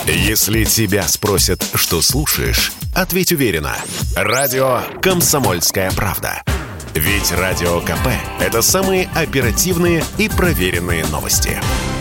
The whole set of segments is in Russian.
Если тебя спросят, что слушаешь, ответь уверенно. Радио «Комсомольская правда». Ведь Радио КП – это самые оперативные и проверенные новости.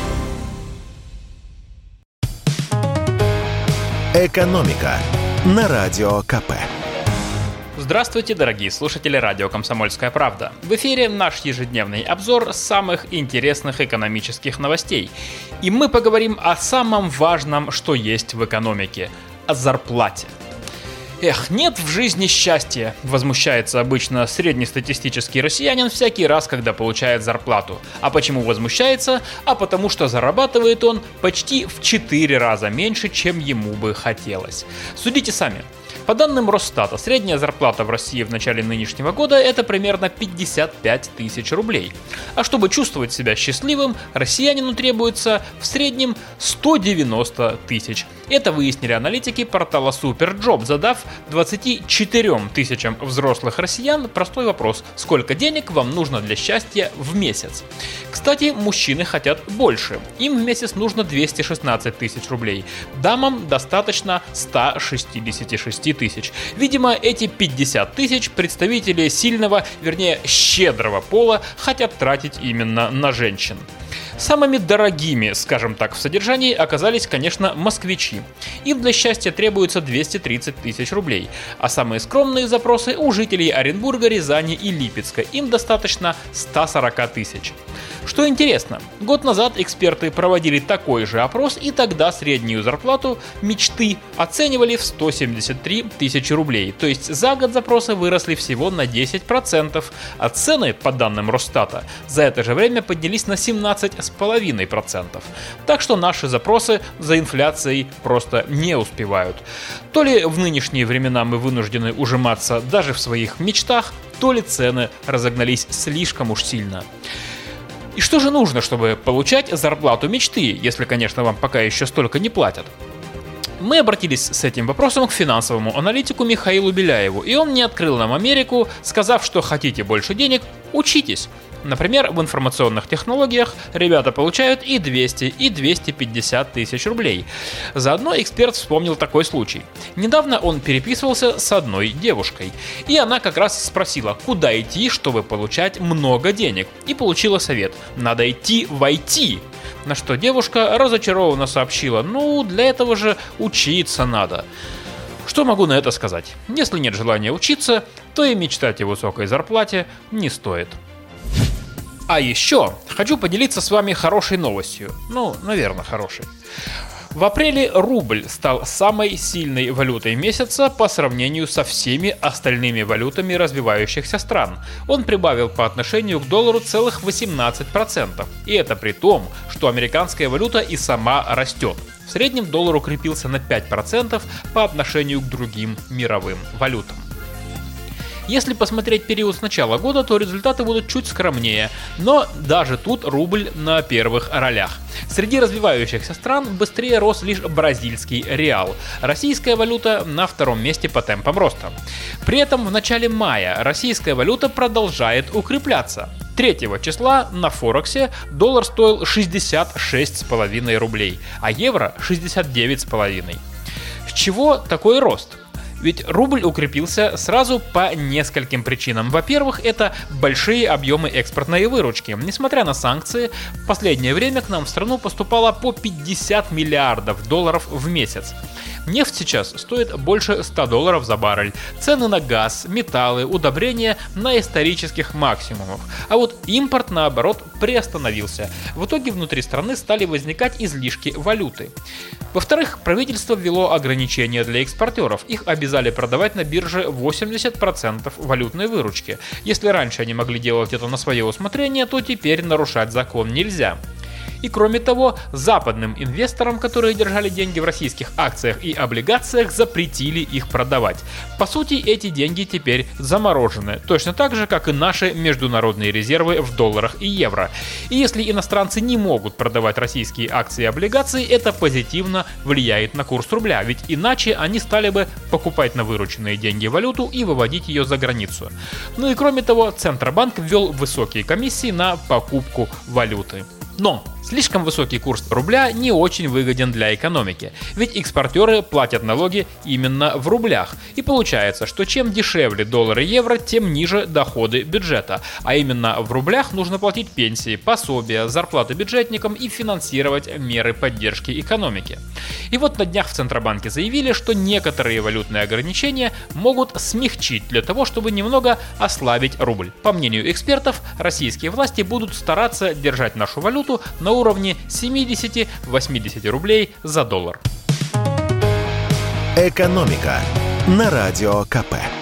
«Экономика» на Радио КП. Здравствуйте, дорогие слушатели радио «Комсомольская правда». В эфире наш ежедневный обзор самых интересных экономических новостей. И мы поговорим о самом важном, что есть в экономике – о зарплате. Эх, нет в жизни счастья, возмущается обычно среднестатистический россиянин всякий раз, когда получает зарплату. А почему возмущается? А потому что зарабатывает он почти в 4 раза меньше, чем ему бы хотелось. Судите сами. По данным Росстата, средняя зарплата в России в начале нынешнего года – это примерно 55 тысяч рублей. А чтобы чувствовать себя счастливым, россиянину требуется в среднем 190 тысяч. Это выяснили аналитики портала Superjob, задав 24 тысячам взрослых россиян простой вопрос: сколько денег вам нужно для счастья в месяц? Кстати, мужчины хотят больше. Им в месяц нужно 216 тысяч рублей. Дамам достаточно 166 тысяч. Видимо, эти 50 тысяч представители сильного, вернее, щедрого пола хотят тратить именно на женщин. Самыми дорогими, скажем так, в содержании оказались, конечно, москвичи. Им для счастья требуется 230 тысяч рублей. А самые скромные запросы у жителей Оренбурга, Рязани и Липецка. Им достаточно 140 тысяч. Что интересно, год назад эксперты проводили такой же опрос, и тогда среднюю зарплату мечты оценивали в 173 тысячи рублей. То есть за год запросы выросли всего на 10%, а цены, по данным Росстата, за это же время поднялись на 17,5%. Так что наши запросы за инфляцией просто не успевают. То ли в нынешние времена мы вынуждены ужиматься даже в своих мечтах, то ли цены разогнались слишком уж сильно. И что же нужно, чтобы получать зарплату мечты, если, конечно, вам пока еще столько не платят? Мы обратились с этим вопросом к финансовому аналитику Михаилу Беляеву, и он не открыл нам Америку, сказав, что хотите больше денег – учитесь. Например, в информационных технологиях ребята получают и 200, и 250 тысяч рублей. Заодно эксперт вспомнил такой случай. Недавно он переписывался с одной девушкой, и она как раз спросила, куда идти, чтобы получать много денег, и получила совет – надо идти в IT. На что девушка разочарованно сообщила: ну, для этого же учиться надо. Что могу на это сказать? Если нет желания учиться, то и мечтать о высокой зарплате не стоит. А еще хочу поделиться с вами хорошей новостью. Ну, наверное, хорошей. В апреле рубль стал самой сильной валютой месяца по сравнению со всеми остальными валютами развивающихся стран. Он прибавил по отношению к доллару целых 18%. И это при том, что американская валюта и сама растет. В среднем доллар укрепился на 5% по отношению к другим мировым валютам. Если посмотреть период с начала года, то результаты будут чуть скромнее, но даже тут рубль на первых ролях. Среди развивающихся стран быстрее рос лишь бразильский реал. Российская валюта на втором месте по темпам роста. При этом в начале мая российская валюта продолжает укрепляться. 3 числа на Форексе доллар стоил 66,5 рублей, а евро 69,5. С чего такой рост? Ведь рубль укрепился сразу по нескольким причинам. Во-первых, это большие объемы экспортной выручки. Несмотря на санкции, в последнее время к нам в страну поступало по 50 миллиардов долларов в месяц. Нефть сейчас стоит больше $100 за баррель. Цены на газ, металлы, удобрения на исторических максимумах. А вот импорт, наоборот, приостановился. В итоге внутри страны стали возникать излишки валюты. Во-вторых, правительство ввело ограничения для экспортеров. Их обязали продавать на бирже 80% валютной выручки. Если раньше они могли делать это на свое усмотрение, то теперь нарушать закон нельзя. И кроме того, западным инвесторам, которые держали деньги в российских акциях и облигациях, запретили их продавать. По сути, эти деньги теперь заморожены, точно так же, как и наши международные резервы в долларах и евро. И если иностранцы не могут продавать российские акции и облигации, это позитивно влияет на курс рубля, ведь иначе они стали бы покупать на вырученные деньги валюту и выводить ее за границу. Ну и кроме того, Центробанк ввел высокие комиссии на покупку валюты. Но Слишком высокий курс рубля не очень выгоден для экономики, ведь экспортеры платят налоги именно в рублях. И получается, что чем дешевле доллар и евро, тем ниже доходы бюджета. А именно в рублях нужно платить пенсии, пособия, зарплаты бюджетникам и финансировать меры поддержки экономики. И вот на днях в Центробанке заявили, что некоторые валютные ограничения могут смягчить для того, чтобы немного ослабить рубль. По мнению экспертов, российские власти будут стараться держать нашу валюту на уровне 70-80 рублей за доллар. «Экономика» на Радио КП.